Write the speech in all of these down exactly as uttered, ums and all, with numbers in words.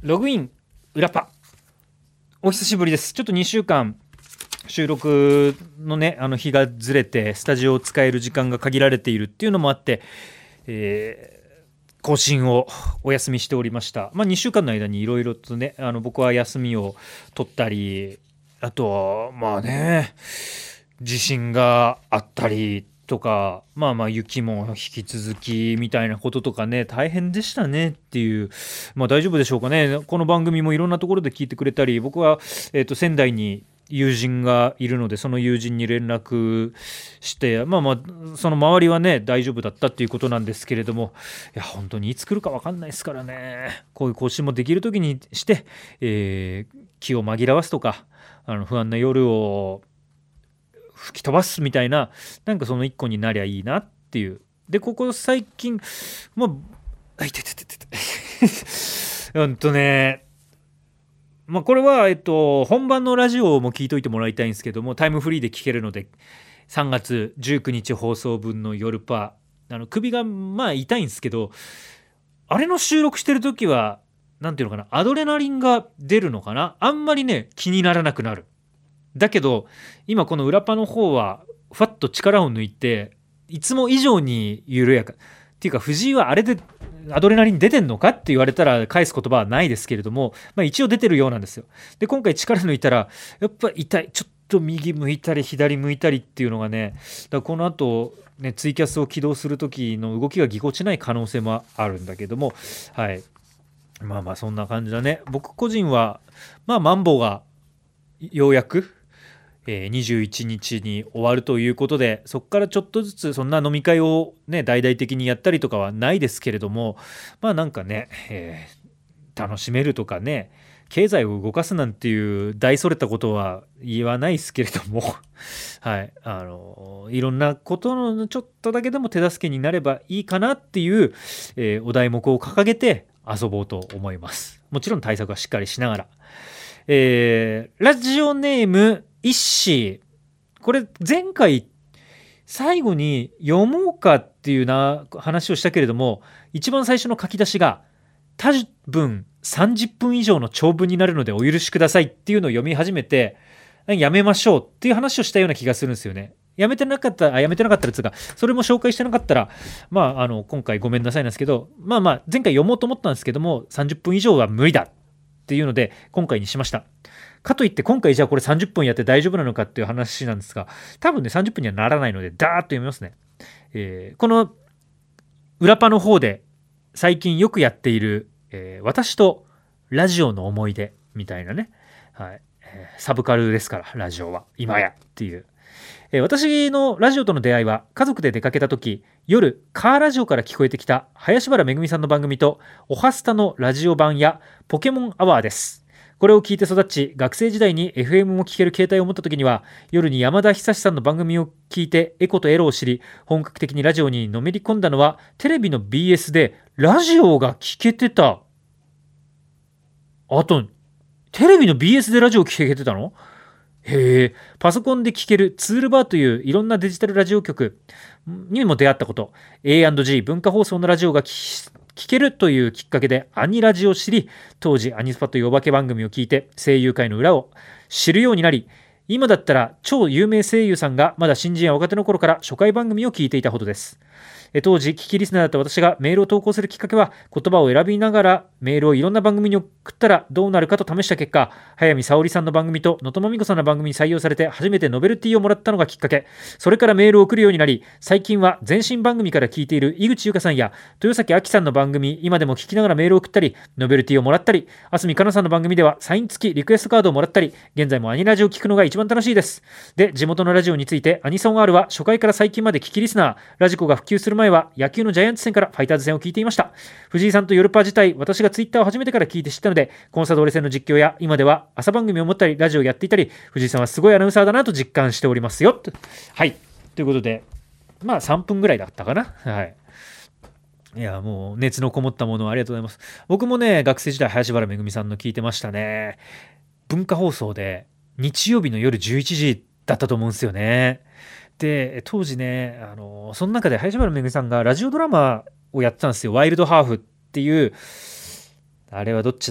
ログイン裏パお久しぶりです。ちょっとにしゅうかん収録のねあの日がずれてスタジオを使える時間が限られているっていうのもあって、えー、更新をお休みしておりました。まあにしゅうかんの間にいろいろとねあの僕は休みを取ったり、あとまあね地震があったりとか、まあまあ雪も引き続きみたいなこととかね大変でしたねっていう。まあ大丈夫でしょうかね。この番組もいろんなところで聞いてくれたり、僕は、えーと仙台に友人がいるのでその友人に連絡して、まあまあその周りはね大丈夫だったっていうことなんですけれども、いや本当にいつ来るか分かんないですからね。こういう更新もできる時にして、えー気を紛らわすとか、あの不安な夜を吹き飛ばすみたいな、なんかその一個になりゃいいなっていう。でここ最近まああいてててててうんとねまあこれはえっと本番のラジオも聞いといてもらいたいんですけども、タイムフリーで聞けるので、さんがつじゅうくにち放送分の夜パあの首がまあ痛いんですけど、あれの収録してる時はなんていうのかな、アドレナリンが出るのかな、あんまりね気にならなくなる。だけど今この裏パの方はふわっと力を抜いていつも以上に緩やかっていうか、藤井はあれでアドレナリン出てんのかって言われたら返す言葉はないですけれども、まあ、一応出てるようなんですよ。で今回力抜いたらやっぱ痛い、ちょっと右向いたり左向いたりっていうのがね、だからこの後ねツイキャスを起動する時の動きがぎこちない可能性もあるんだけども、はい、まあまあそんな感じだね。僕個人はまあマンボウがようやくえー、にじゅういちにちに終わるということで、そこからちょっとずつそんな飲み会をね大々的にやったりとかはないですけれども、まあなんかね、えー、楽しめるとかね経済を動かすなんていう大それたことは言わないですけれどもはい、あのいろんなことのちょっとだけでも手助けになればいいかなっていう、えー、お題目を掲げて遊ぼうと思います。もちろん対策はしっかりしながら、えー、ラジオネームイッシー、これ前回最後に読もうかっていうな話をしたけれども、一番最初の書き出しが多分さんじゅっぷん以上の長文になるのでお許しくださいっていうのを読み始めて、やめましょうっていう話をしたような気がするんですよね。やめてなかったあやめてなかったやつがそれも紹介してなかったら、まああの今回ごめんなさいなんですけど、まあまあ前回読もうと思ったんですけどもさんじゅっぷん以上は無理だっていうので今回にしました。かといって今回じゃあこれさんじゅっぷんやって大丈夫なのかっていう話なんですが、多分ねさんじゅっぷんにはならないのでダーッと読みますね。えー、この裏パの方で最近よくやっている、えー、私とラジオの思い出みたいなね、はいえー、サブカルですからラジオは今やっていう、えー、私のラジオとの出会いは家族で出かけた時、夜カーラジオから聞こえてきた林原めぐみさんの番組とおはスタのラジオ版やポケモンアワーです。これを聞いて育ち、学生時代に エフエム も聞ける携帯を持った時には夜に山田久志さんの番組を聞いてエコとエロを知り、本格的にラジオにのめり込んだのはテレビの ビーエス でラジオが聞けてた。あとテレビの ビーエス でラジオ聞けてたの？へえ。パソコンで聞けるツールバーといういろんなデジタルラジオ局にも出会ったこと、 エーアンドジー 文化放送のラジオが聞聞けるというきっかけでアニラジを知り、当時アニスパというお化け番組を聞いて声優界の裏を知るようになり、今だったら超有名声優さんがまだ新人や若手の頃から初回番組を聞いていたほどです。当時聞きリスナーだった私がメールを投稿するきっかけは、言葉を選びながらメールをいろんな番組に送ったらどうなるかと試した結果、早見沙織さんの番組と能登まみこさんの番組に採用されて初めてノベルティをもらったのがきっかけ。それからメールを送るようになり、最近は前身番組から聞いている井口優香さんや豊崎亜紀さんの番組、今でも聞きながらメールを送ったりノベルティをもらったり、あすみかなさんの番組ではサイン付きリクエストカードをもらったり、現在もアニラジを聞くのが一番楽しいです。で、地元のラジオについて、アニソン R は初回から最近まで聞きリスナー、ラジコが普及する前は野球のジャイアンツ戦からファイターズ戦を聞いていました。藤井さんとヨルパー自体、私がツイッターを始めてから聞いて知ったので、コンサドーレ戦の実況や今では朝番組を持ったりラジオをやっていたり、藤井さんはすごいアナウンサーだなと実感しておりますよ。はい、ということで、まあさんぷんぐらいだったかな。はい、いやもう熱のこもったものをありがとうございます。僕もね学生時代林原めぐみさんの聞いてましたね。文化放送で日曜日の夜じゅういちじだったと思うんですよね。で当時ねあのその中で林原めぐみさんがラジオドラマをやってたんですよ。ワイルドハーフっていう、あれはどっちだ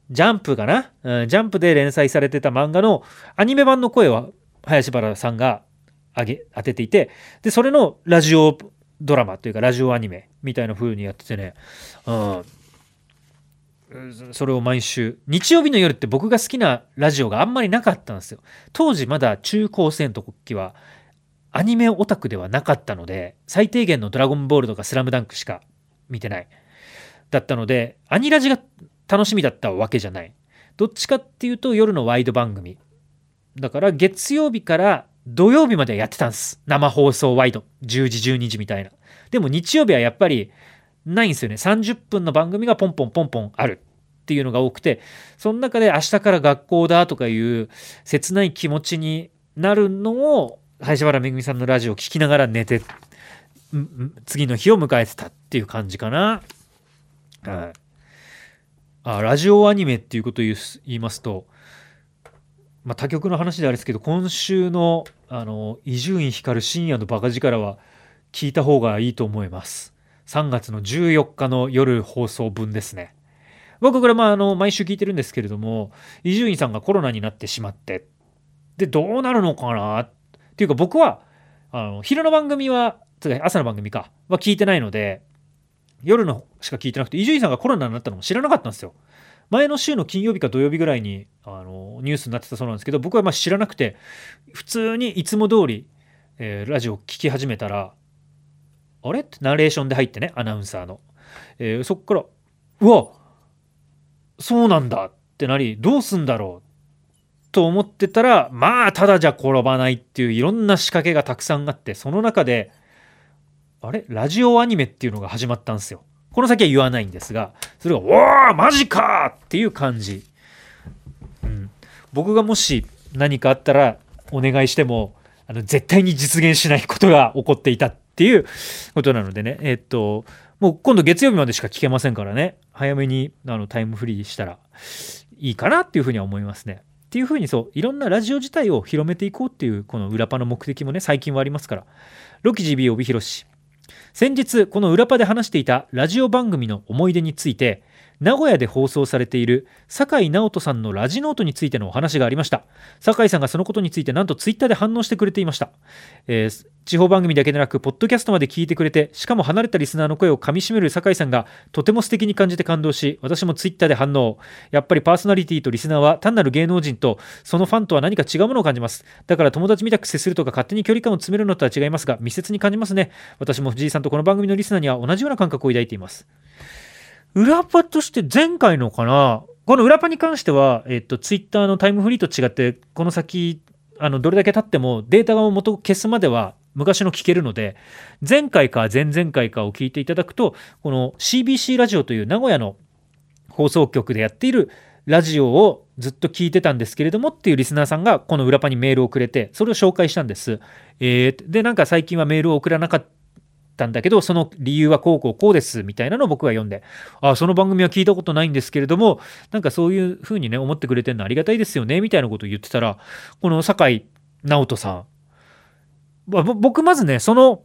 ジャンプかな、うん、ジャンプで連載されてた漫画のアニメ版の声は林原さんがあげ当てていて、でそれのラジオドラマというかラジオアニメみたいな風にやっててね、うん、それを毎週日曜日の夜って僕が好きなラジオがあんまりなかったんですよ。当時まだ中高生の時はアニメオタクではなかったので、最低限のドラゴンボールとかスラムダンクしか見てないだったので、アニラジが楽しみだったわけじゃない。どっちかっていうと夜のワイド番組だから、月曜日から土曜日までやってたんです。生放送ワイドじゅうじじゅうにじみたいな。でも日曜日はやっぱりないんですよね。さんじゅっぷんの番組がポンポンポンポンあるっていうのが多くて、その中で明日から学校だとかいう切ない気持ちになるのを林原めぐみさんのラジオを聞きながら寝て、次の日を迎えてたっていう感じかな。はい。あ、ラジオアニメっていうことを言いますと、まあ、他局の話であれですけど、今週のあの伊集院光深夜のバカ力は聞いた方がいいと思います。さんがつのじゅうよっかの夜放送分ですね。僕これまああの毎週聞いてるんですけれども、伊集院さんがコロナになってしまって、でどうなるのかなっていうか、僕はあの昼の番組は朝の番組かは聞いてないので、夜のしか聞いてなくて、伊集院さんがコロナになったのも知らなかったんですよ。前の週の金曜日か土曜日ぐらいにあのニュースになってたそうなんですけど、僕はまあ知らなくて、普通にいつも通り、えー、ラジオを聞き始めたら、あれってナレーションで入ってね、アナウンサーの、えー、そっからうわそうなんだってなり、どうすんだろうと思ってたら、まあただじゃ転ばないっていういろんな仕掛けがたくさんあって、その中であれラジオアニメっていうのが始まったんですよ。この先は言わないんですが、それがおーマジかっていう感じ、うん、僕がもし何かあったらお願いしてもあの絶対に実現しないことが起こっていたっていうことなのでね、えっともう今度月曜日までしか聞けませんからね、早めにあのタイムフリーしたらいいかなっていうふうには思いますね。っていうふうに、そういろんなラジオ自体を広めていこうっていうこの裏パの目的もね、最近はありますから。ロキ ジービー 帯広氏、先日この裏パで話していたラジオ番組の思い出について、名古屋で放送されている酒井直人さんのラジノートについてのお話がありました。酒井さんがそのことについてなんとツイッターで反応してくれていました。えー、地方番組だけでなくポッドキャストまで聞いてくれて、しかも離れたリスナーの声をかみしめる酒井さんがとても素敵に感じて感動し、私もツイッターで反応。やっぱりパーソナリティとリスナーは単なる芸能人とそのファンとは何か違うものを感じます。だから友達みたく接するとか勝手に距離感を詰めるのとは違いますが、密接に感じますね。私も藤井さんとこの番組のリスナーには同じような感覚を抱いています。裏パとして前回のかな、この裏パに関しては、えっと、ツイッターのタイムフリーと違って、この先あのどれだけ経ってもデータを元消すまでは昔の聞けるので、前回か前々回かを聞いていただくと、この シービーシー ラジオという名古屋の放送局でやっているラジオをずっと聞いてたんですけれどもっていうリスナーさんがこの裏パにメールをくれて、それを紹介したんです。えー、でなんか最近はメールを送らなかったんだけど、その理由はこうこうこうですみたいなのを僕が読んで、あ、その番組は聞いたことないんですけれども、なんかそういう風にね思ってくれてるのありがたいですよねみたいなことを言ってたら、この酒井直人さん、僕まずねその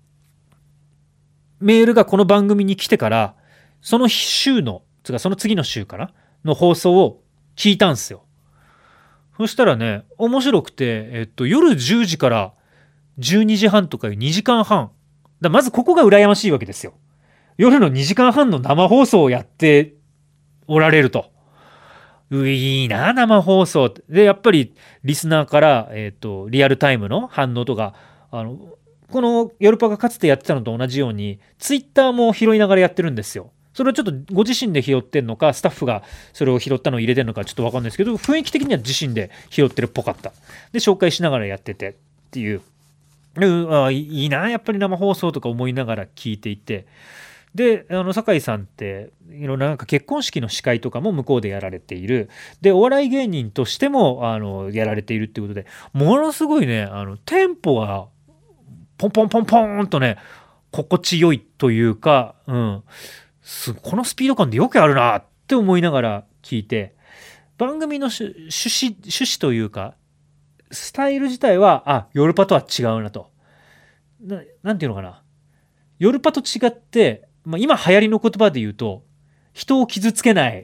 メールがこの番組に来てから、その週のつかその次の週かなの放送を聞いたんですよ。そしたらね面白くて、えっと夜じゅうじからじゅうにじはんとかいうにじかんはんだ、まずここが羨ましいわけですよ。夜のにじかんはんの生放送をやっておられると、ういいな生放送で、やっぱりリスナーから、えーと、リアルタイムの反応とか、あのこの夜パがかつてやってたのと同じようにツイッターも拾いながらやってるんですよ。それをちょっとご自身で拾ってんのか、スタッフがそれを拾ったのを入れてるのかちょっと分かんないですけど、雰囲気的には自身で拾ってるっぽかった。で紹介しながらやっててっていう、うあいいなやっぱり生放送とか思いながら聞いていて、であの酒井さんっていろんな、なんか結婚式の司会とかも向こうでやられている、でお笑い芸人としてもあのやられているっていうことで、ものすごいねあのテンポがポンポンポンポンとね心地よいというか、うん、すこのスピード感でよくあるなって思いながら聞いて、番組の趣旨趣旨というかスタイル自体はあ夜パとは違うなと な, なんていうのかな、夜パと違って、まあ、今流行りの言葉で言うと人を傷つけない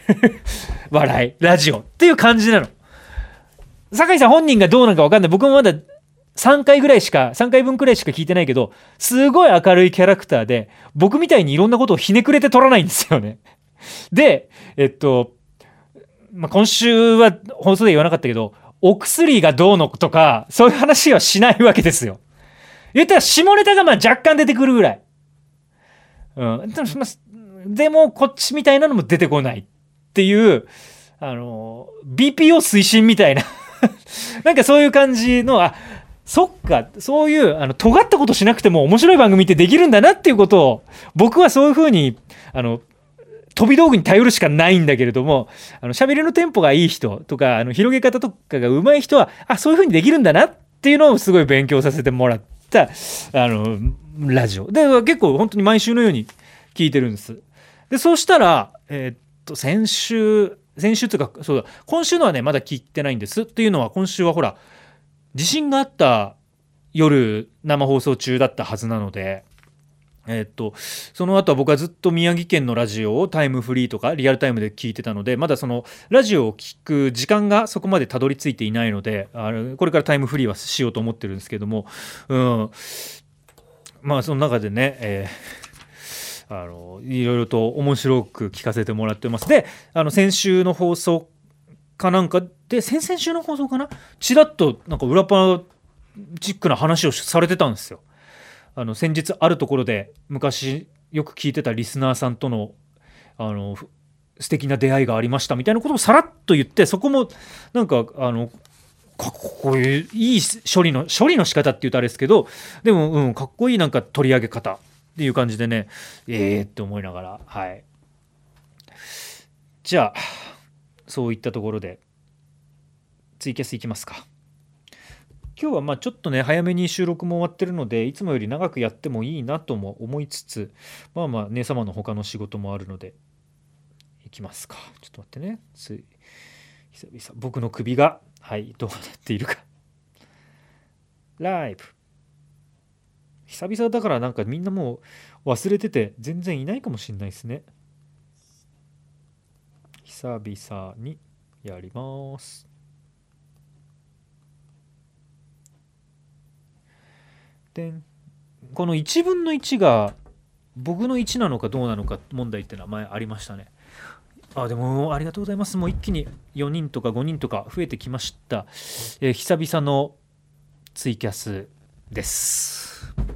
笑いラジオっていう感じなの。酒井さん本人がどうなんか分かんない。僕もまださんかいぐらいしかさんかいぶんくらいしか聞いてないけど、すごい明るいキャラクターで、僕みたいにいろんなことをひねくれて取らないんですよね。でえっと、まあ、今週は放送で言わなかったけど、お薬がどうのとかそういう話はしないわけですよ。言ったら下ネタがまあ若干出てくるぐらい、うん、でもこっちみたいなのも出てこないっていう、あの ビーピーオー 推進みたいななんかそういう感じの、あ、そっか、そういうあの尖ったことしなくても面白い番組ってできるんだなっていうことを、僕はそういう風にあの飛び道具に頼るしかないんだけれども、あの喋りのテンポがいい人とか、あの広げ方とかが上手い人は、あ、そういう風にできるんだなっていうのをすごい勉強させてもらったあのラジオで、結構本当に毎週のように聞いてるんです。でそうしたら、えーっと先週先週というか、そうだ、今週のはねまだ聞いてないんです。っていうのは、今週はほら地震があった夜生放送中だったはずなので、えーっとその後は僕はずっと宮城県のラジオをタイムフリーとかリアルタイムで聞いてたので、まだそのラジオを聞く時間がそこまでたどり着いていないので、あれこれからタイムフリーはしようと思ってるんですけども、うん、まあその中でね、えーあのいろいろと面白く聞かせてもらってます。で、あの先週の放送かなんかで、先々週の放送かな、ちらっとなんか裏パチックな話をされてたんですよ。あの先日あるところで昔よく聞いてたリスナーさんとのあの素敵な出会いがありましたみたいなことをさらっと言って、そこもなんかあのかっこいい、いい処理の処理の仕方って言うとあれですけど、でも、うん、かっこいいなんか取り上げ方っていう感じでね、えーって思いながら、はい。じゃあそういったところでツイキャスいきますか。今日はまあちょっとね早めに収録も終わってるので、いつもより長くやってもいいなとも思いつつ、まあまあ姉様の他の仕事もあるのでいきますか。ちょっと待ってね、つい久々僕の首がはいどうなっているか。ライブ久々だから、なんかみんなもう忘れてて全然いないかもしれないですね。久々にやります。でこのいちぶんのいちが僕のいちなのかどうなのか問題っていうのは前ありましたね。あ、でもありがとうございます。もう一気によにんとかごにんとか増えてきました。えー、久々のツイキャスです。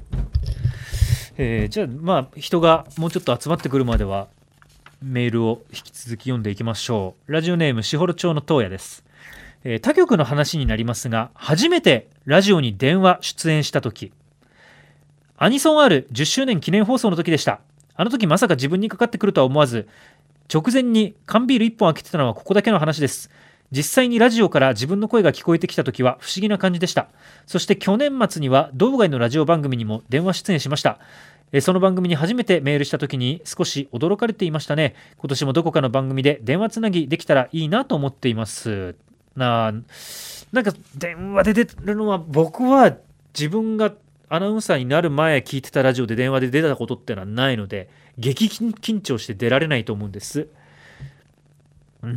えー、じゃあまあ人がもうちょっと集まってくるまではメールを引き続き読んでいきましょう。ラジオネーム士幌町の東野です。えー、他局の話になりますが、初めてラジオに電話出演した時、アニソン Rじゅっしゅうねん記念放送の時でした。あの時まさか自分にかかってくるとは思わず、直前に缶ビールいっぽん開けてたのはここだけの話です。実際にラジオから自分の声が聞こえてきた時は不思議な感じでした。そして去年末には道外のラジオ番組にも電話出演しました。その番組に初めてメールした時に少し驚かれていましたね。今年もどこかの番組で電話つなぎできたらいいなと思っています。ななんか電話で出るのは、僕は自分がアナウンサーになる前聞いてたラジオで電話で出たことってのはないので、激緊張して出られないと思うんです。うん、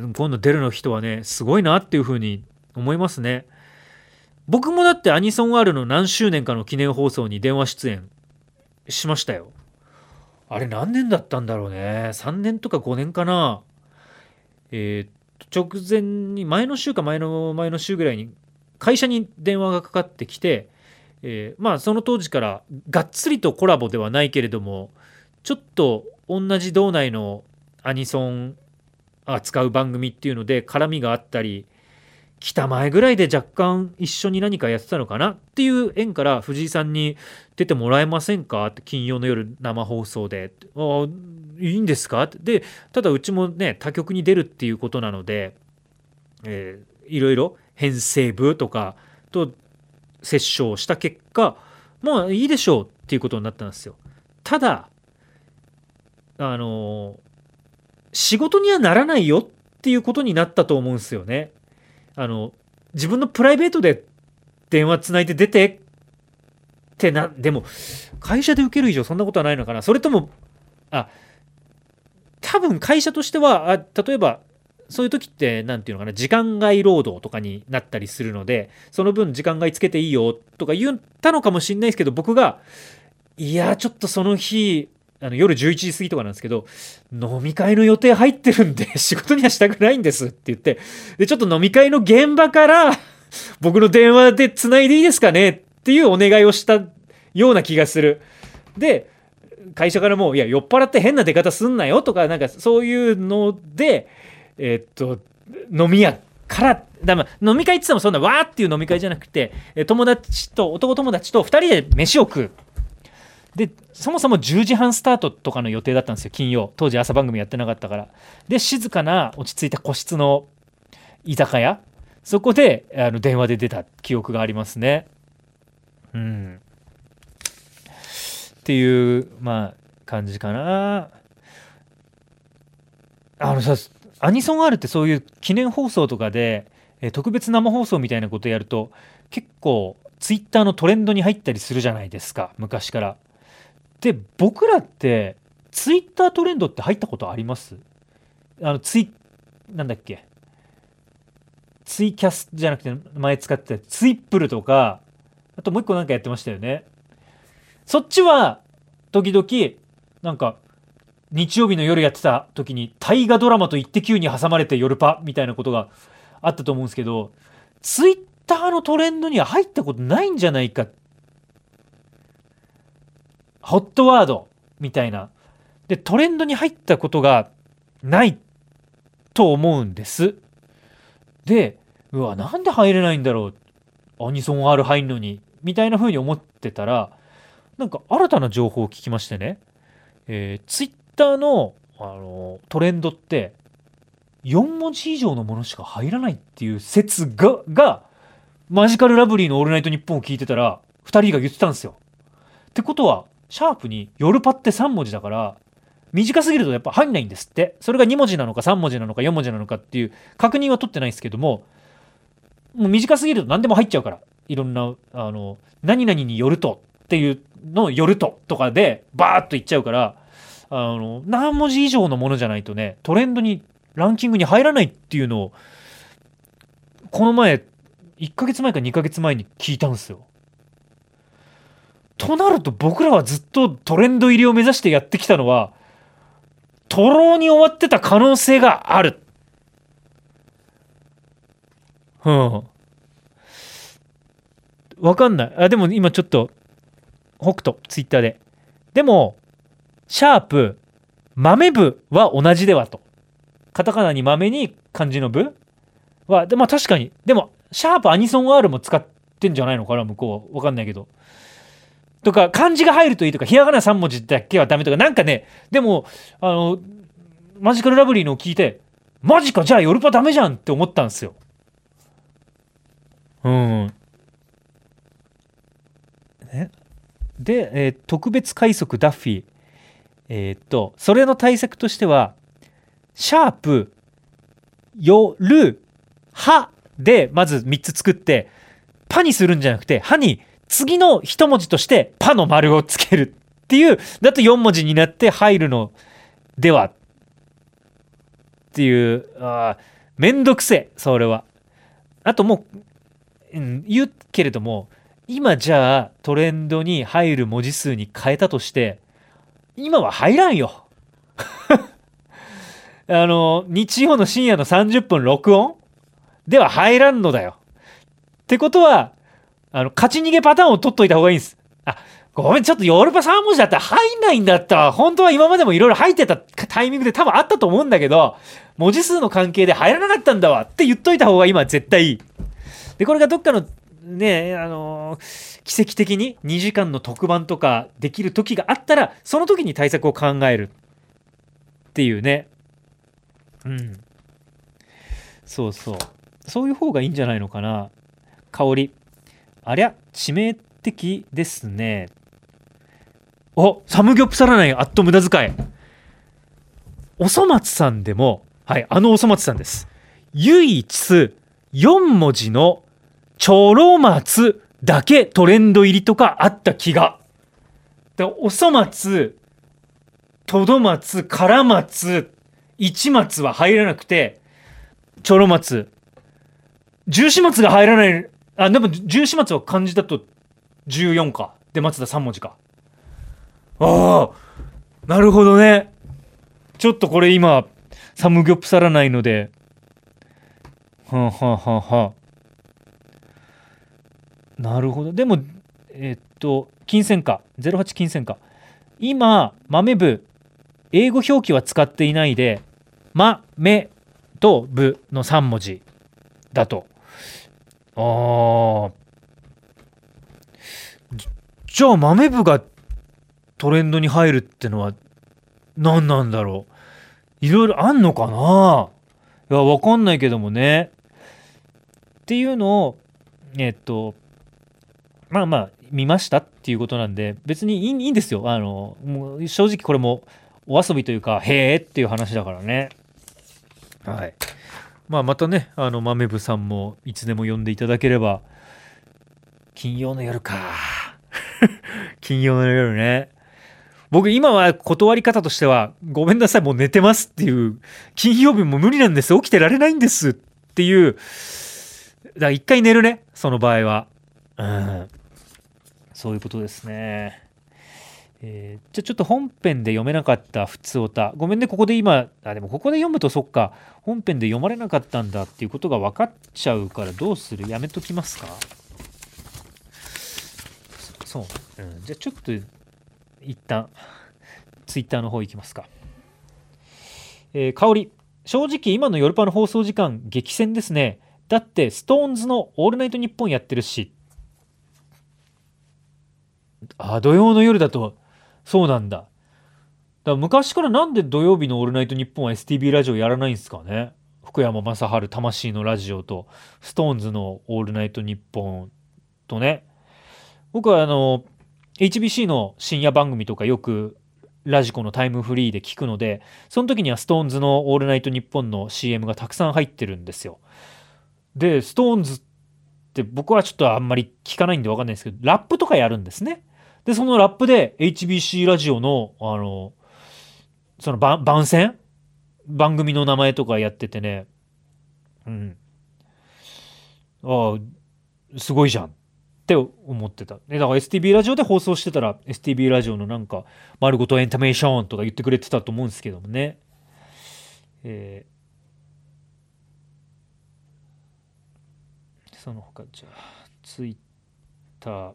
今度出るの人はねすごいなっていう風に思いますね。僕もだってアニソン R の何周年かの記念放送に電話出演しましたよ。あれ何年だったんだろうね。さんねんとかごねんかな。えー、直前に前の週か前の前の週ぐらいに会社に電話がかかってきて、えー、まあその当時からがっつりとコラボではないけれども、ちょっと同じ道内のアニソン扱う番組っていうので絡みがあったり、来た前ぐらいで若干一緒に何かやってたのかなっていう縁から、藤井さんに出てもらえませんかって、金曜の夜生放送で、あいいんですかって。でただうちもね他局に出るっていうことなので、えー、いろいろ編成部とかと折衝した結果、まあいいでしょうっていうことになったんですよ。ただあのー仕事にはならないよっていうことになったと思うんですよね。あの自分のプライベートで電話つないで出てってな、でも会社で受ける以上そんなことはないのかな。それともあ多多分会社としてはあ例えばそういう時ってなんていうのかな、時間外労働とかになったりするので、その分時間外つけていいよとか言ったのかもしれないですけど、僕がいやちょっとその日あの夜じゅういちじ過ぎとかなんですけど、飲み会の予定入ってるんで仕事にはしたくないんですって言って、でちょっと飲み会の現場から僕の電話でつないでいいですかねっていうお願いをしたような気がする。で会社からもいや酔っ払って変な出方すんなよとか、なんかそういうのでえー、っと飲み屋からだ、まあ、飲み会って言ってもそんなわーっていう飲み会じゃなくて、友達と男友達とふたりで飯を食う。でそもそもじゅうじはんスタートとかの予定だったんですよ、金曜。当時朝番組やってなかったから。で静かな落ち着いた個室の居酒屋、そこであの電話で出た記憶がありますね。うんっていうまあ感じかな。あのさアニソン R ってそういう記念放送とかで、え特別生放送みたいなことやると結構ツイッターのトレンドに入ったりするじゃないですか、昔から。で僕らってツイッタートレンドって入ったことあります？あのツイなんだっけツイキャスじゃなくて前使ってたツイップルとか、あともう一個なんかやってましたよね。そっちは時々なんか日曜日の夜やってた時に大河ドラマとイッテ Q に挟まれて夜パみたいなことがあったと思うんですけど、ツイッターのトレンドには入ったことないんじゃないか。ホットワードみたいなでトレンドに入ったことがないと思うんです。でうわなんで入れないんだろう、アニソン R 入んのにみたいな風に思ってたら、なんか新たな情報を聞きましてね、えー、ツイッターの、あのートレンドってよんもじ以上のものしか入らないっていう説ががマジカルラブリーのオールナイトニッポンを聞いてたらふたりが言ってたんですよ。ってことはシャープに夜パってさんもじだから短すぎるとやっぱ入んないんですって。それがにもじなのかさんもじなのかよんもじなのかっていう確認は取ってないですけども、もう短すぎると何でも入っちゃうから、いろんなあの何々によるとっていうのをよるととかでバーッといっちゃうから、あの何文字以上のものじゃないとねトレンドにランキングに入らないっていうのをこの前いっかげつまえかにかげつまえに聞いたんですよ。となると僕らはずっとトレンド入りを目指してやってきたのは徒労に終わってた可能性がある。うんわかんない。あでも今ちょっと北斗ツイッターででもシャープ豆部は同じではと、カタカナに豆に漢字の部はで、まあ、確かにでもシャープアニソン R も使ってんじゃないのかな向こうは。分かんないけどとか漢字が入るといいとかひらがなさんもじだけはダメとかなんかね。でもあのマジカルラブリーのを聞いてマジかじゃあヨルパダメじゃんって思ったんですよ。うんねで、えー特別快速ダッフィーえーっとそれの対策としてはシャープよるはでまずみっつ作ってパにするんじゃなくてはに次の一文字としてパの丸をつけるっていうだとよんもじになって入るのではっていう。あめんどくせえそれは。あともう、うん、言うけれども今じゃあトレンドに入る文字数に変えたとして今は入らんよあの日曜の深夜のさんじゅっぷん録音では入らんのだよ。ってことはあの勝ち逃げパターンを取っといた方がいいんです。あごめんちょっとヨーロッパさん文字だったら入んないんだったわ。本当は今までもいろいろ入ってたタイミングで多分あったと思うんだけど文字数の関係で入らなかったんだわって言っといた方が今絶対いい。でこれがどっかのねあのー、奇跡的ににじかんの特番とかできる時があったらその時に対策を考えるっていうね。うんそうそうそういう方がいいんじゃないのかな。香りありゃ致命的ですね。おサムギョプサラナイあっと無駄遣い。おそ松さんでもはいあのおそ松さんです。唯一よんもじのちょろ松だけトレンド入りとかあった気が。でおそ松とど松から松一松は入らなくて、ちょろ松、十四松が入らない。あ、でも十四松は漢字だとじゅうよんか。で松田さん文字か。ああ、なるほどね。ちょっとこれ今サムギョプサラないので、はあ、はあはあはあ、なるほど。でもえーっと金銭価ゼロはち金銭価、今豆部英語表記は使っていないで、まめとぶのさん文字だと。ああ、じゃあ豆部がトレンドに入るってのは何なんだろう。いろいろあんのかな。いや、わかんないけどもね。っていうのをえっとまあまあ見ましたっていうことなんで、別にいい、いいんですよ。あのもう正直これもお遊びというか、へえっていう話だからね。はい。まあまたね、あの豆部さんもいつでも呼んでいただければ。金曜の夜か。金曜の夜ね。僕今は断り方としては、ごめんなさいもう寝てますっていう、金曜日も無理なんです、起きてられないんですっていう、だから一回寝るね、その場合は。うん、そういうことですね。えー、じゃあちょっと本編で読めなかった普通おた、ごめんね、ここで今、あでもここで読むとそっか、本編で読まれなかったんだっていうことが分かっちゃうから、どうする、やめときますか。そう、うん、じゃあちょっと一旦ツイッターの方行きますか。えー、香り、正直今のヨルパの放送時間激戦ですね。だってストーンズのオールナイトニッポンやってるし。あ、土曜の夜だとそうなんだ。だから昔からなんで土曜日のオールナイトニッポンは エスティービー ラジオやらないんですかね。福山雅治魂のラジオとストーンズのオールナイトニッポンとね。僕はあの エイチビーシー の深夜番組とかよくラジコのタイムフリーで聞くので、その時にはストーンズのオールナイトニッポンの シーエム がたくさん入ってるんですよ。でストーンズって僕はちょっとあんまり聞かないんで分かんないですけど、ラップとかやるんですね。でそのラップで エイチビーシー ラジオのあのその番番宣番組の名前とかやっててね、うん、ああすごいじゃんって思ってた。だから エスティービー ラジオで放送してたら エスティービー ラジオのなんか丸ごとエンタメーションとか言ってくれてたと思うんですけどもね。えー、その他じゃあツイッター、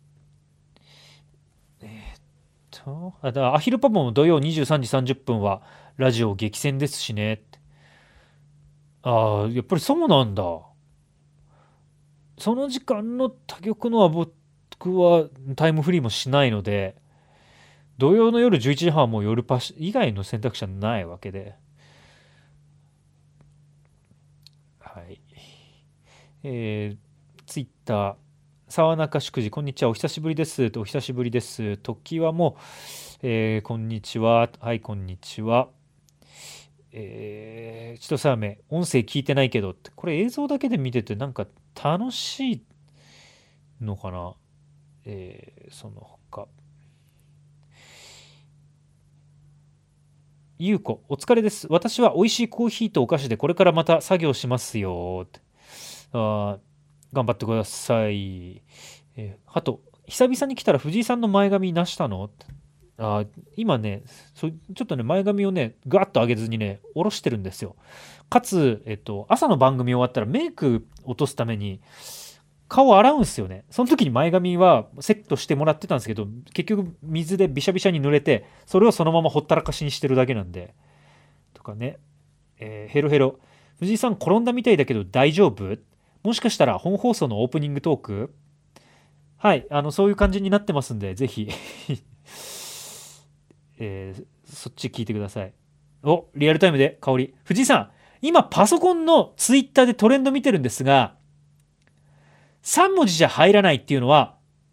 えー、っとあだアヒルパパも土曜にじゅうさんじさんじゅっぷんはラジオ激戦ですしね。ああやっぱりそうなんだ。その時間の他局のは僕はタイムフリーもしないので、土曜の夜じゅういちじはんはもう夜パス以外の選択肢はないわけで、はい。えー、ツイッター、沢中祝辞、こんにちは、お久しぶりです。お久しぶりです。時はもう、えー、こんにちは。はい、こんにちは。えー、ちとさめ、音声聞いてないけどって、これ映像だけで見ててなんか楽しいのかな。えー、その他。ゆうこ、お疲れです。私は美味しいコーヒーとお菓子でこれからまた作業しますよ。あ頑張ってください。えー、あと、久々に来たら藤井さんの前髪なしたのあ今ねそ、ちょっとね、前髪をね、ガーッと上げずにね、下ろしてるんですよ。かつ、えっと、朝の番組終わったらメイク落とすために、顔を洗うんですよね。その時に前髪はセットしてもらってたんですけど、結局水でびしゃびしゃに濡れて、それをそのままほったらかしにしてるだけなんで。とかね。えーヘロヘロ。藤井さん転んだみたいだけど大丈夫？もしかしたら本放送のオープニングトーク？はい、あの、そういう感じになってますんで、ぜひ、えーそっち聞いてください。お、リアルタイムで香り。藤井さん、今パソコンのツイッターでトレンド見てるんですが、さん文字じゃ入らないっていうのは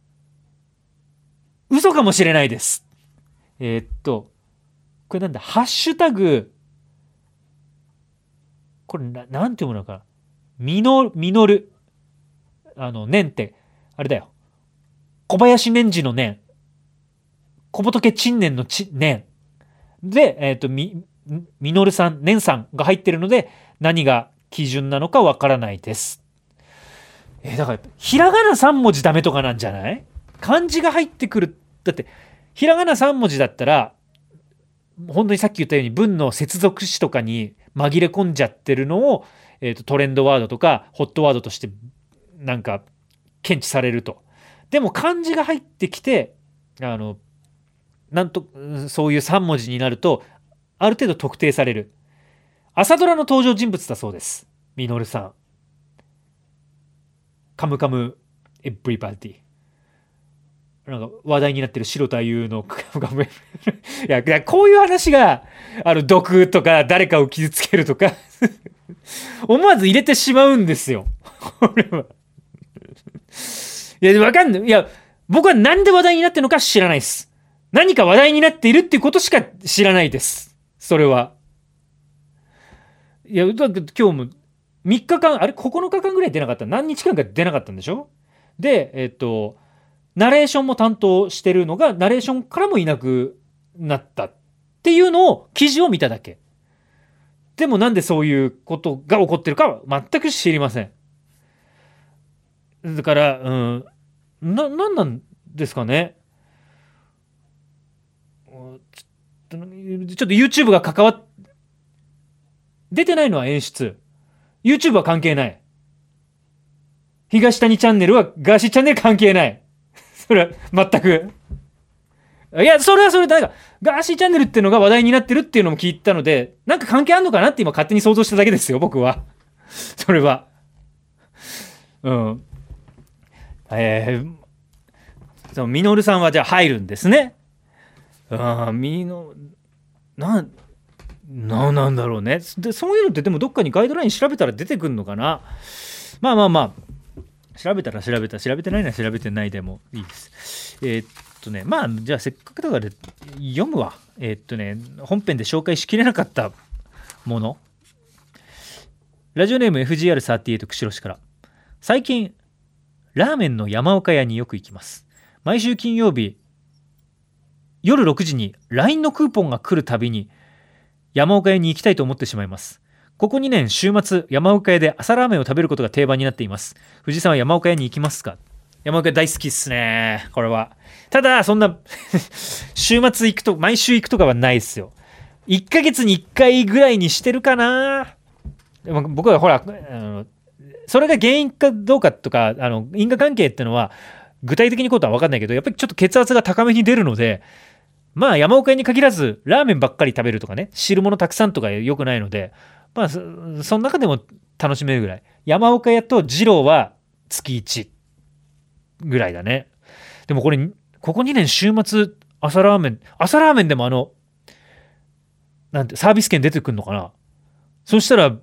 嘘かもしれないです。えーっと、これなんだ、ハッシュタグ、これな、なんて読むのかな。みの、みのる。あの、年って、あれだよ。小林年次の年。小仏陳年のち年。で、えーっと、み、 みのるさん、ねんさんが入ってるので何が基準なのかわからないです。えだからひらがなさん文字ダメとかなんじゃない？漢字が入ってくる。だってひらがなさん文字だったら本当にさっき言ったように文の接続詞とかに紛れ込んじゃってるのを、えーと、トレンドワードとかホットワードとしてなんか検知されると。でも漢字が入ってきてあのなんとそういうさん文字になるとある程度特定される。朝ドラの登場人物だそうです。みのるさん。カムカムエブリバディ。なんか話題になってる白田優のいやこういう話があの毒とか誰かを傷つけるとか思わず入れてしまうんですよ。これはいやわかんない。いや僕はなんで話題になってるのか知らないです。何か話題になっているっていうことしか知らないです。それは。いやだって今日もみっかかんあれここのかかんぐらい出なかった。何日間か出なかったんでしょ。でえっとナレーションも担当してるのがナレーションからもいなくなったっていうのを記事を見ただけ。でもなんでそういうことが起こってるかは全く知りません。だからうんななんなんですかね。ちょっと YouTube が関わっ出てないのは演出。YouTube は関係ない。東谷チャンネルはガーシーチャンネル関係ない。それは全く。いや、それはそれで、なんか、ガーシーチャンネルっていうのが話題になってるっていうのも聞いたので、なんか関係あんのかなって今勝手に想像しただけですよ、僕は。それは。うん。えー、そのミノルさんはじゃあ入るんですね。ああ、ミノ、な、な、なんだろうね。で、そういうのってでもどっかにガイドライン調べたら出てくるのかな。まあまあまあ、調べたら調べた、調べてないなら調べてないでもいいです。えー、っとね、まあ、じゃあせっかくだから読むわ。えー、っとね、本編で紹介しきれなかったもの。ラジオネーム エフジーアールさんじゅうはち 釧路市から。最近、ラーメンの山岡屋によく行きます。毎週金曜日、夜ろくじに ライン のクーポンが来るたびに、山岡屋に行きたいと思ってしまいます。ここにねん週末山岡屋で朝ラーメンを食べることが定番になっています。藤井さんは山岡屋に行きますか？山岡屋大好きっすね。これはただそんな週末行くと毎週行くとかはないですよ。いっかげつにいっかいぐらいにしてるかな。でも僕はほらあのそれが原因かどうかとかあの因果関係ってのは具体的にことは分かんないけど、やっぱりちょっと血圧が高めに出るので、まあ山岡屋に限らずラーメンばっかり食べるとかね、汁物たくさんとか良くないので、まあそその中でも楽しめるぐらい。山岡屋と二郎は月いちぐらいだね。でもこれここにねん週末朝ラーメン朝ラーメンでもあのなんてサービス券出てくるのかな。そしたら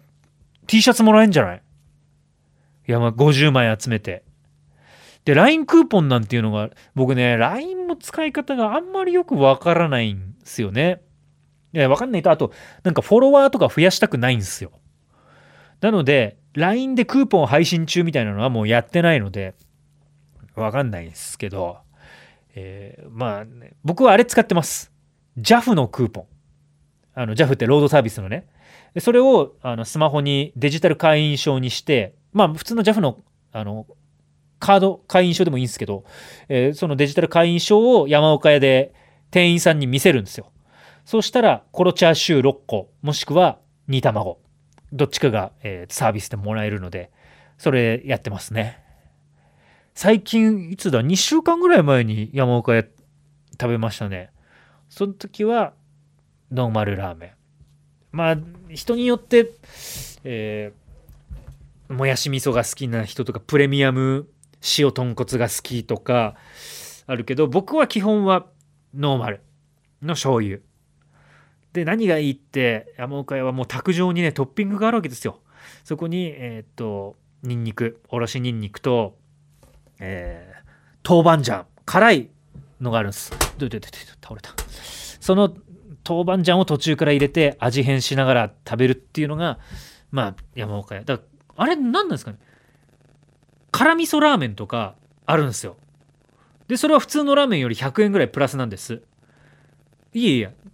T シャツもらえんじゃない？いやまあごじゅうまい集めて。で ライン クーポンなんていうのが僕ね ライン の使い方があんまりよくわからないんですよね。いやわかんないとあとなんかフォロワーとか増やしたくないんですよ。なので ライン でクーポン配信中みたいなのはもうやってないのでわかんないですけど、えー、まあ、ね、僕はあれ使ってます。 ジャフ のクーポン。あの ジャフ ってロードサービスのね、それをあのスマホにデジタル会員証にして、まあ普通の ジャフ のあのカード会員証でもいいんですけど、えー、そのデジタル会員証を山岡屋で店員さんに見せるんですよ。そうしたらコロチャーシューろっこもしくは煮卵どっちかが、えー、サービスでもらえるのでそれやってますね。最近いつだにしゅうかんぐらい前に山岡屋食べましたね。その時はノーマルラーメン。まあ人によって、えー、もやし味噌が好きな人とかプレミアム塩豚骨が好きとかあるけど、僕は基本はノーマルの醤油で、何がいいって山岡屋はもう卓上にねトッピングがあるわけですよ。そこにえっとニンニク、おろしニンニクと、えー、豆板醤辛いのがあるんです。どどどど倒れた。その豆板醤を途中から入れて味変しながら食べるっていうのがまあ山岡屋だから。あれ何なんですかね、辛味噌ラーメンとかあるんですよ。でそれは普通のラーメンよりひゃくえんぐらいプラスなんです。いえいえ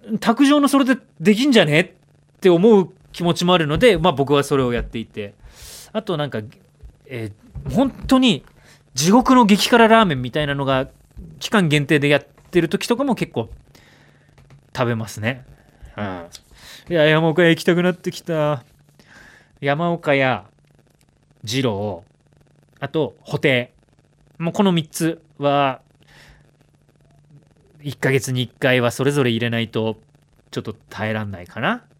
卓上のそれでできんじゃねって思う気持ちもあるので、まあ、僕はそれをやっていて、あとなんか、えー、本当に地獄の激辛ラーメンみたいなのが期間限定でやってる時とかも結構食べますね。うん、いや山岡屋行きたくなってきた。山岡屋、二郎、あと布袋、もうこのみっつはいっかげつにいっかいはそれぞれ入れないとちょっと耐えらんないかな。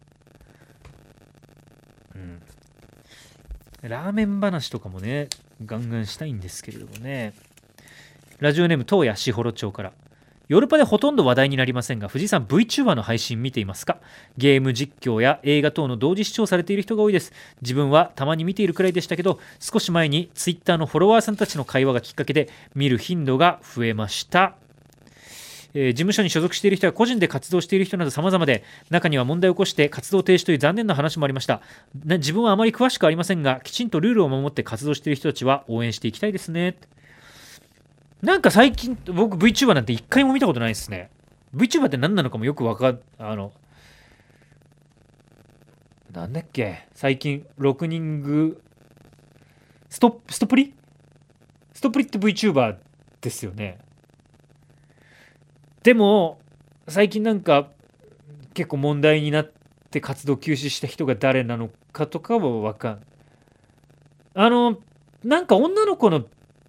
うん、ラーメン話とかもねガンガンしたいんですけれどもね。ラジオネーム東谷士幌町から、ヨルパでほとんど話題になりませんが、藤井さん VTuber の配信見ていますか？ゲーム実況や映画等の同時視聴されている人が多いです。自分はたまに見ているくらいでしたけど、少し前に Twitter のフォロワーさんたちの会話がきっかけで見る頻度が増えました。えー、事務所に所属している人や個人で活動している人など様々で、中には問題を起こして活動停止という残念な話もありました。自分はあまり詳しくありませんが、きちんとルールを守って活動している人たちは応援していきたいですね。なんか最近僕 VTuber なんて一回も見たことないですね。 VTuber って何なのかもよくわかんあのなんだっけ、最近ろくにんぐストストプリストプリって VTuber ですよね。でも最近なんか結構問題になって活動休止した人が誰なのかとかはわかんあのなんか女の子の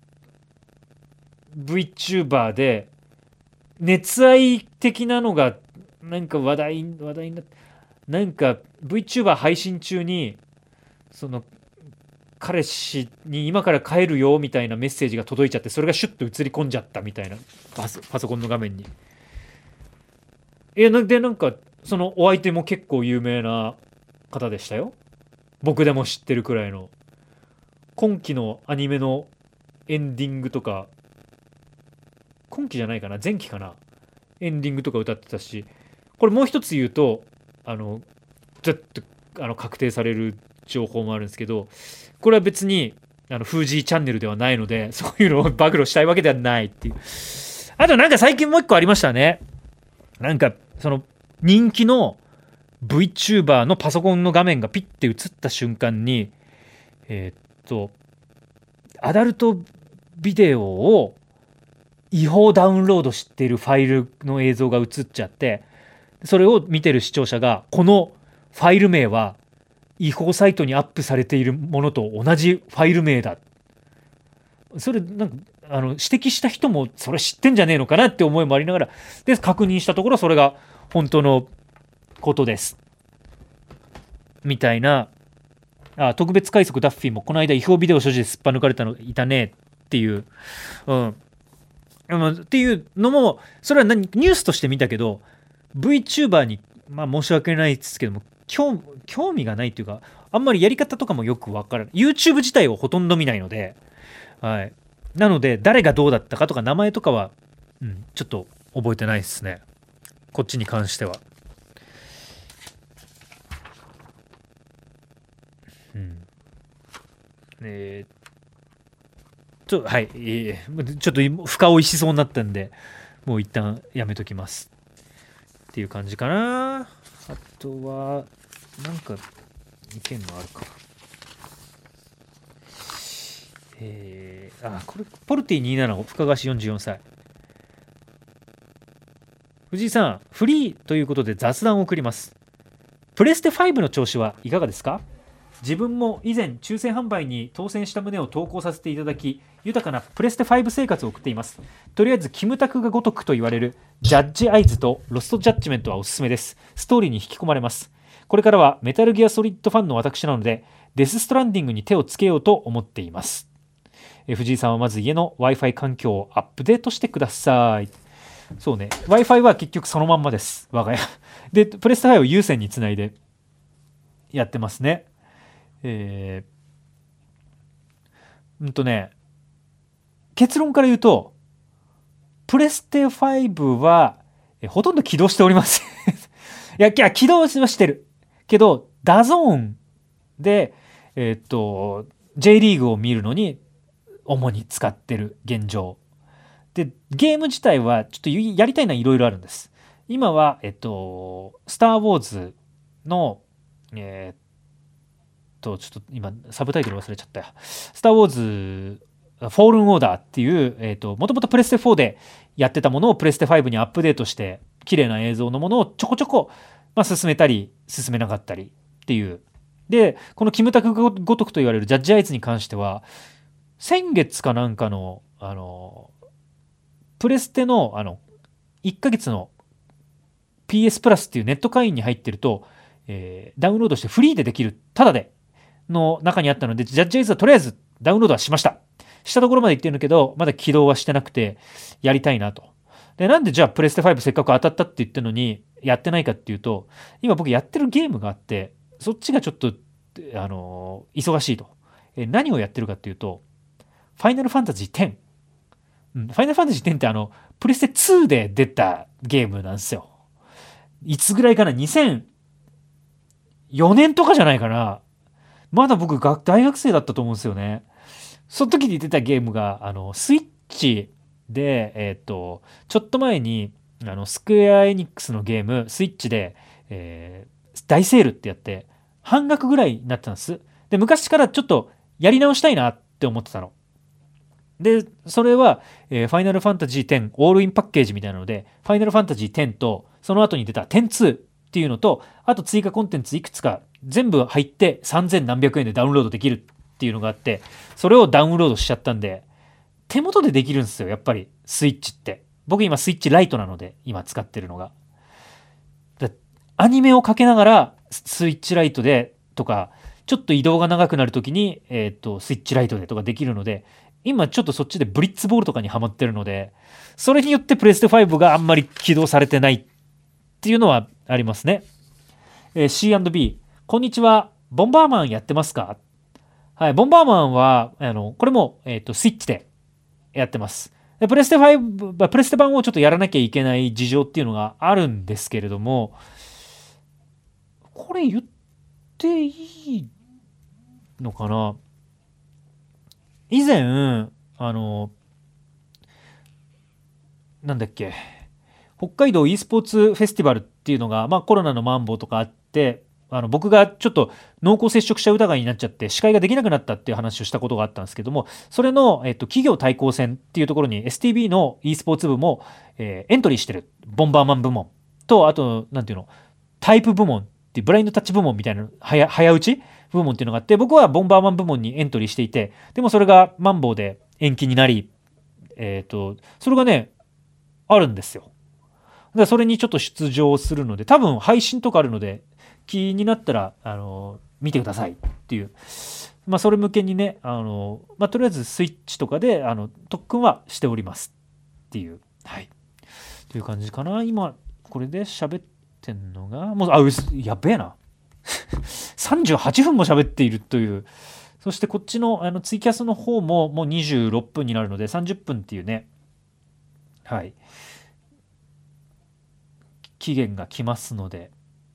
VTuber で熱愛的なのがなんか話題話題になって、なんか VTuber 配信中にその彼氏に今から帰るよみたいなメッセージが届いちゃって、それがシュッと映り込んじゃったみたいな、パソ、パソコンの画面に。えでなんかそのお相手も結構有名な方でしたよ。僕でも知ってるくらいの。今期のアニメのエンディングとか、今期じゃないかな、前期かな、エンディングとか歌ってたし、これもう一つ言うとあのちょっとあの確定される情報もあるんですけど、これは別にあのフージーチャンネルではないので、そういうのを暴露したいわけではないっていう。あとなんか最近もう一個ありましたね。なんかその人気の VTuber のパソコンの画面がピッて映った瞬間に、えー、っとアダルトビデオを違法ダウンロードしているファイルの映像が映っちゃって、それを見てる視聴者がこのファイル名は違法サイトにアップされているものと同じファイル名だ、それなんかあの指摘した人もそれ知ってんじゃねえのかなって思いもありながら、で確認したところそれが本当のことですみたいな。あ、特別快速ダッフィーもこの間違法ビデオ所持ですっぱ抜かれたのいたねっていう、うん、っていうのも、それは何ニュースとして見たけど VTuber に、まあ、申し訳ないですけども興, 興味がないっていうか、あんまりやり方とかもよくわからない。 YouTube 自体をほとんど見ないので、はい、なので誰がどうだったかとか名前とかは、うん、ちょっと覚えてないですね、こっちに関しては。うん、えーちょはい、えー、ちょっと深追いしそうになったんでもう一旦やめときますっていう感じかな。あとはなんか意見のあるか。えー、あこれポルティにじゅうななご深川市よんじゅうよんさい。藤井さん、フリーということで雑談を送ります。プレステファイブの調子はいかがですか？自分も以前抽選販売に当選した旨を投稿させていただき、豊かなプレステファイブ生活を送っています。とりあえずキムタクがごとくと言われるジャッジアイズとロストジャッジメントはおすすめです。ストーリーに引き込まれます。これからはメタルギアソリッドファンの私なので、デスストランディングに手をつけようと思っています。え藤井さんはまず家の Wi-Fi 環境をアップデートしてください。そうね、Wi-Fi は結局そのまんまです、我が家で。プレステファイブを有線につないでやってますね。えー、うんとね結論から言うと、プレステファイブはほとんど起動しておりますいやいや起動はしてるけど、ダゾーンでえー、っと J リーグを見るのに主に使ってる現状で、ゲーム自体はちょっとやりたいのはいろいろあるんです。 今は、えっと、スター・ウォーズの、えーっと、ちょっと今、サブタイトル忘れちゃったよ。スター・ウォーズ、フォールン・オーダーっていう、えーっと、もともとプレステフォーでやってたものをプレステファイブにアップデートして、綺麗な映像のものをちょこちょこ、まあ、進めたり、進めなかったりっていう。で、このキムタクごとくと言われるジャッジアイツに関しては、先月かなんかの、あの、プレステの、あの、いっかげつの ピーエス プラスっていうネット会員に入ってると、えーダウンロードしてフリーでできる、ただでの中にあったので、ジャッジアイズはとりあえずダウンロードはしました。したところまで行ってるんだけど、まだ起動はしてなくて、やりたいなと。で、なんでじゃあプレステファイブせっかく当たったって言ってるのに、やってないかっていうと、今僕やってるゲームがあって、そっちがちょっと、あのー忙しいと。えー何をやってるかっていうと、ファイナルファンタジーテン。うん、ファイナルファンタジーテンってあの、プレステツーで出たゲームなんですよ。いつぐらいかな？ にせんよねんとかじゃないかな。まだ僕が大学生だったと思うんですよね。その時に出たゲームが、あの、スイッチで、えっと、ちょっと前に、あの、スクエアエニックスのゲーム、スイッチで、えー大セールってやって、半額ぐらいになってたんです。で、昔からちょっとやり直したいなって思ってたの。で、それは、えーファイナルファンタジーテンオールインパッケージみたいなので、ファイナルファンタジーテンと、その後に出たテンツーっていうのと、あと追加コンテンツいくつか全部入ってさんぜん何百円でダウンロードできるっていうのがあって、それをダウンロードしちゃったんで、手元でできるんですよ、やっぱり、スイッチって。僕今スイッチライトなので、今使ってるのが。だアニメをかけながら、スイッチライトでとか、ちょっと移動が長くなるときに、えっと、スイッチライトでとかできるので、今ちょっとそっちでブリッツボールとかにハマってるので、それによってプレステファイブがあんまり起動されてないっていうのはありますね。えー シーアンドビー、こんにちは。ボンバーマンやってますか？はい、ボンバーマンは、あの、これも、えっと、スイッチでやってます。でプレステファイブ、まあプレステ版をちょっとやらなきゃいけない事情っていうのがあるんですけれども、これ言っていいのかな？以前、あの、なんだっけ、北海道 e スポーツフェスティバルっていうのが、まあ、コロナのマンボウとかあって、あの僕がちょっと濃厚接触者疑いになっちゃって司会ができなくなったっていう話をしたことがあったんですけども、それの、えっと、企業対抗戦っていうところに エスティービー の e スポーツ部も、えーエントリーしてるボンバーマン部門と、あとなんていうの、タイプ部門っていうブラインドタッチ部門みたいな早早打ち部門っていうのがあって、僕はボンバーマン部門にエントリーしていて、でもそれがマンボウで延期になり、えっとそれがねあるんですよ。でそれにちょっと出場するので、多分配信とかあるので、気になったら、あの、見てくださいっていう。まあ、それ向けにね、あの、まあ、とりあえずスイッチとかで、あの、特訓はしておりますっていう。はい。という感じかな。今、これで喋ってんのが、もう、あ、うすやべえな。さんじゅうはちふんも喋っているという。そしてこっちのあのツイキャスの方ももうにじゅうろっぷんになるのでさんじゅっぷんっていうね、はい、期限が来ますので、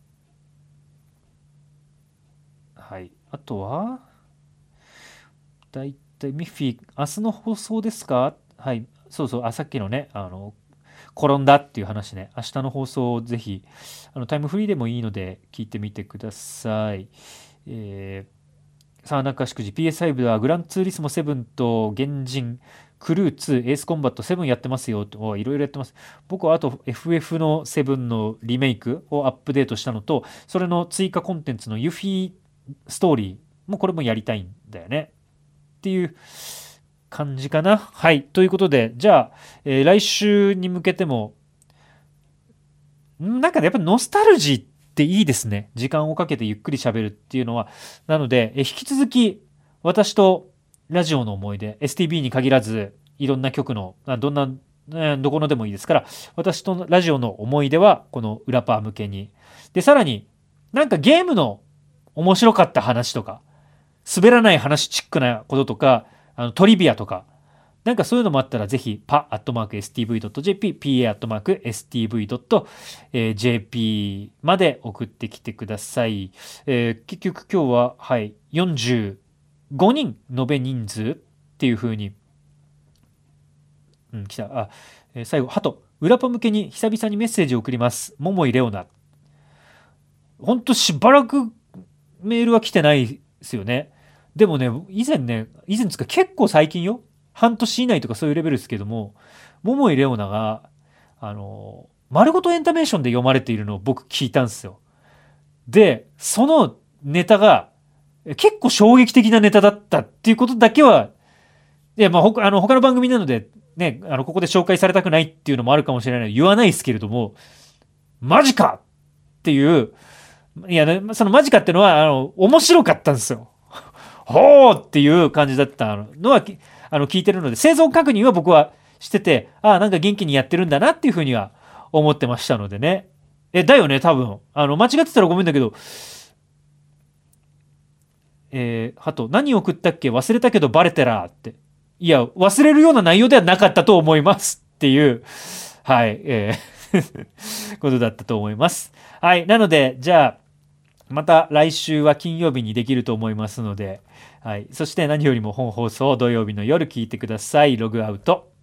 はい、あとはだいたいミッフィー明日の放送ですか？はい、そうそう、あさっきのね、あの転んだっていう話ね、明日の放送をぜひあのタイムフリーでもいいので聞いてみてください。えーさあ、中祝辞 ピーエスファイブ ではグランツーリスモセブンと原人、クルーツー、エースコンバットセブンやってますよと、いろいろやってます。僕はあと エフエフ のセブンのリメイクをアップデートしたのと、それの追加コンテンツのユフィストーリーもこれもやりたいんだよねっていう感じかな。はい。ということで、じゃあ、えー来週に向けても、んなんかねやっぱノスタルジーっていいですね。時間をかけてゆっくり喋るっていうのは。なので、え引き続き私とラジオの思い出、エスティービー に限らず、いろんな曲の、あどんな、えどこのでもいいですから、私とラジオの思い出は、この裏パー向けに。で、さらに、なんかゲームの面白かった話とか、滑らない話チックなこととか、あのトリビアとか、なんかそういうのもあったらぜひパアットマーク エスティーブイドットジェーピー、パ アットマーク エスティーブイドットジェーピー まで送ってきてください。えー結局今日は、はい、よんじゅうごにん延べ人数っていう風に、うん、来た。あ、えー最後、ハト。 裏パ向けに久々にメッセージを送ります。桃井レオナ。ほんとしばらくメールは来てないですよね。でもね、以前ね、以前つか結構最近よ。半年以内とかそういうレベルですけども、桃井レオナが、あの、丸ごとエンタメーションで読まれているのを僕聞いたんですよ。で、そのネタが結構衝撃的なネタだったっていうことだけは、いや、まあ、ほかあの他の番組なので、ね、あのここで紹介されたくないっていうのもあるかもしれないので言わないですけれども、マジかっていう、いや、ね、そのマジかっていうのは、あの、面白かったんですよ。ほーっていう感じだったのは、あの、聞いてるので、生存確認は僕はしてて、ああ、なんか元気にやってるんだなっていうふうには思ってましたのでね。え、だよね、多分。あの、間違ってたらごめんだけど、えー、あと、何を送ったっけ忘れたけどバレてらって。いや、忘れるような内容ではなかったと思いますっていう、はい、えーことだったと思います。はい、なので、じゃあ、また来週は金曜日にできると思いますので、はい、そして何よりも本放送を土曜日の夜聞いてください。ログアウト。